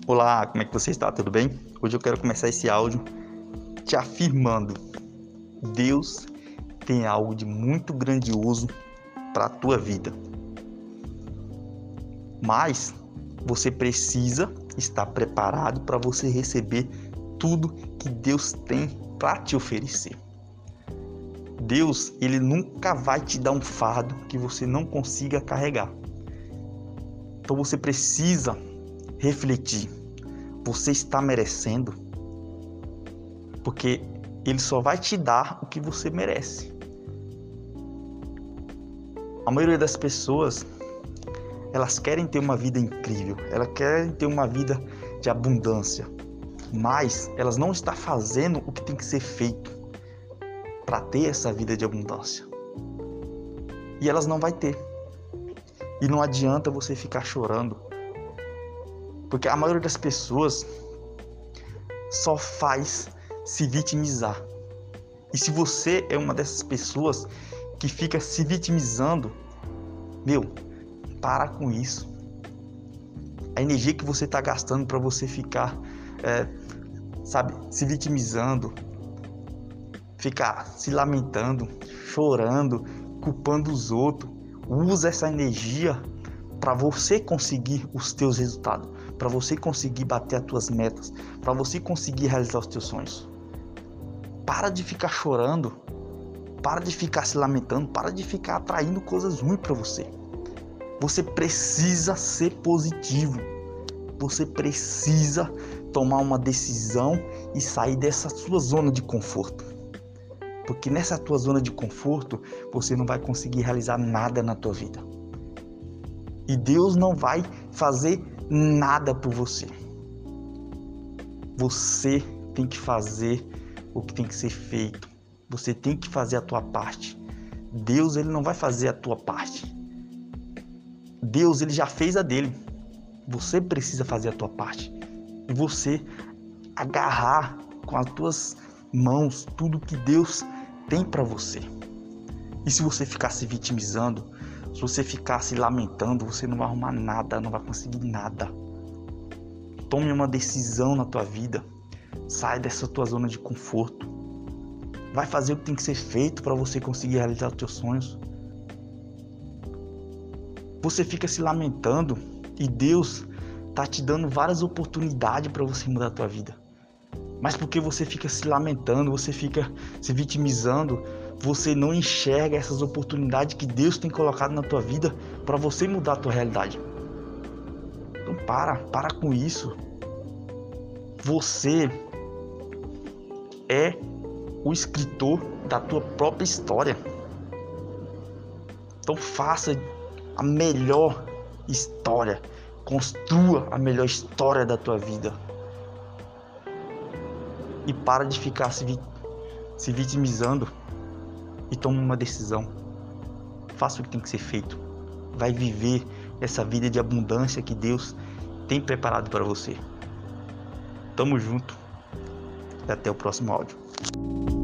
Olá, como é que você está? Tudo bem? Hoje eu quero começar esse áudio te afirmando: Deus tem algo de muito grandioso para a tua vida. Mas você precisa estar preparado para você receber tudo que Deus tem para te oferecer. Deus, ele nunca vai te dar um fardo que você não consiga carregar. Então você precisa refletir. Você está merecendo? Porque ele só vai te dar o que você merece. A maioria das pessoas, elas querem ter uma vida incrível, elas querem ter uma vida de abundância, mas elas não estão fazendo o que tem que ser feito para ter essa vida de abundância. E elas não vão ter. E não adianta você ficar chorando, porque a maioria das pessoas só faz se vitimizar. E se você é uma dessas pessoas que fica se vitimizando, para com isso. A energia que você está gastando para você ficar, se vitimizando, ficar se lamentando, chorando, culpando os outros, usa essa energia para você conseguir os teus resultados, para você conseguir bater as tuas metas, para você conseguir realizar os teus sonhos. Para de ficar chorando, para de ficar se lamentando, para de ficar atraindo coisas ruins para você. Você precisa ser positivo. Você precisa tomar uma decisão e sair dessa sua zona de conforto. Porque nessa tua zona de conforto, você não vai conseguir realizar nada na tua vida. E Deus não vai fazer nada por você. Você tem que fazer o que tem que ser feito. Você tem que fazer a tua parte. Deus, ele não vai fazer a tua parte. Deus, ele já fez a dele. Você precisa fazer a tua parte. E você agarrar com as tuas mãos tudo que Deus tem para você. E se você ficar se vitimizando, se você ficar se lamentando, você não vai arrumar nada, não vai conseguir nada. Tome uma decisão na tua vida. Sai dessa tua zona de conforto. Vai fazer o que tem que ser feito para você conseguir realizar os teus sonhos. Você fica se lamentando e Deus está te dando várias oportunidades para você mudar a tua vida. Mas porque você fica se lamentando, você fica se vitimizando, você não enxerga essas oportunidades que Deus tem colocado na tua vida para você mudar a tua realidade. Então para com isso. Você é o escritor da tua própria história. Então faça a melhor história, construa a melhor história da tua vida. E para de ficar se vitimizando e toma uma decisão. Faça o que tem que ser feito. Vai viver essa vida de abundância que Deus tem preparado para você. Tamo junto e até o próximo áudio.